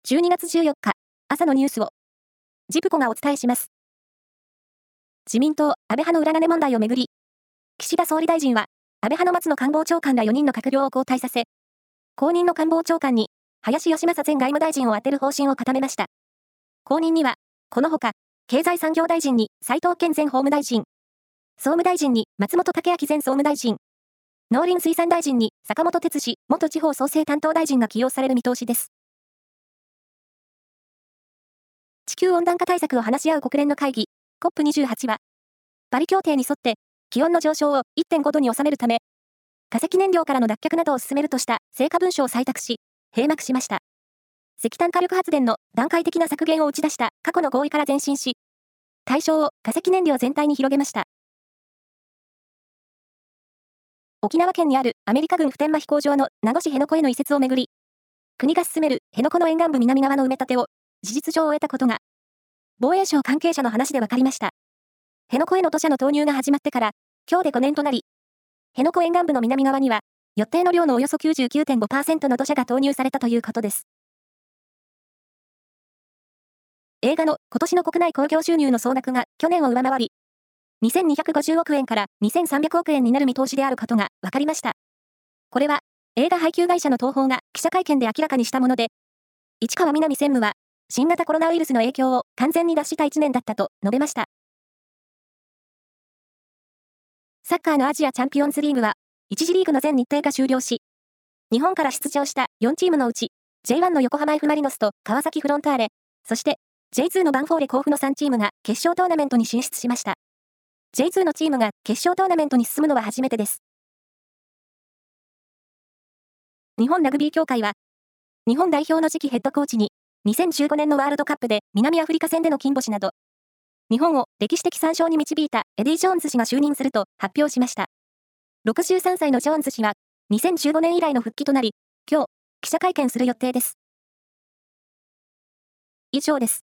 12月14日、朝のニュースを、ジプコがお伝えします。自民党、安倍派の裏金問題をめぐり、岸田総理大臣は、安倍派の松野官房長官ら4人の閣僚を交代させ、後任の官房長官に、林芳正前外務大臣を充てる方針を固めました。後任には、このほか、経済産業大臣に斉藤健前法務大臣、総務大臣に松本剛明前総務大臣、農林水産大臣に坂本哲史元地方創生担当大臣が起用される見通しです。地球温暖化対策を話し合う国連の会議、COP28 は、パリ協定に沿って気温の上昇を 1.5 度に収めるため、化石燃料からの脱却などを進めるとした成果文書を採択し、閉幕しました。石炭火力発電の段階的な削減を打ち出した過去の合意から前進し、対象を化石燃料全体に広げました。沖縄県にあるアメリカ軍普天間飛行場の名護市辺野古への移設をめぐり、国が進める辺野古の沿岸部南側の埋め立てを事実上終えたことが、防衛省関係者の話で分かりました。辺野古への土砂の投入が始まってから、今日で5年となり、辺野古沿岸部の南側には、予定の量のおよそ 99.5% の土砂が投入されたということです。映画の今年の国内興行収入の総額が去年を上回り、2250億円から2300億円になる見通しであることが分かりました。これは映画配給会社の東宝が記者会見で明らかにしたもので、市川みなみ専務は新型コロナウイルスの影響を完全に脱した1年だったと述べました。サッカーのアジアチャンピオンズリーグは1次リーグの全日程が終了し、日本から出場した4チームのうち J1 の横浜 F マリノスと川崎フロンターレ、そして J2 のヴァンフォーレ甲府の3チームが決勝トーナメントに進出しました。J2 のチームが決勝トーナメントに進むのは初めてです。日本ラグビー協会は、日本代表の次期ヘッドコーチに、2015年のワールドカップで南アフリカ戦での金星など、日本を歴史的3勝に導いたエディ・ジョーンズ氏が就任すると発表しました。63歳のジョーンズ氏は、2015年以来の復帰となり、今日、記者会見する予定です。以上です。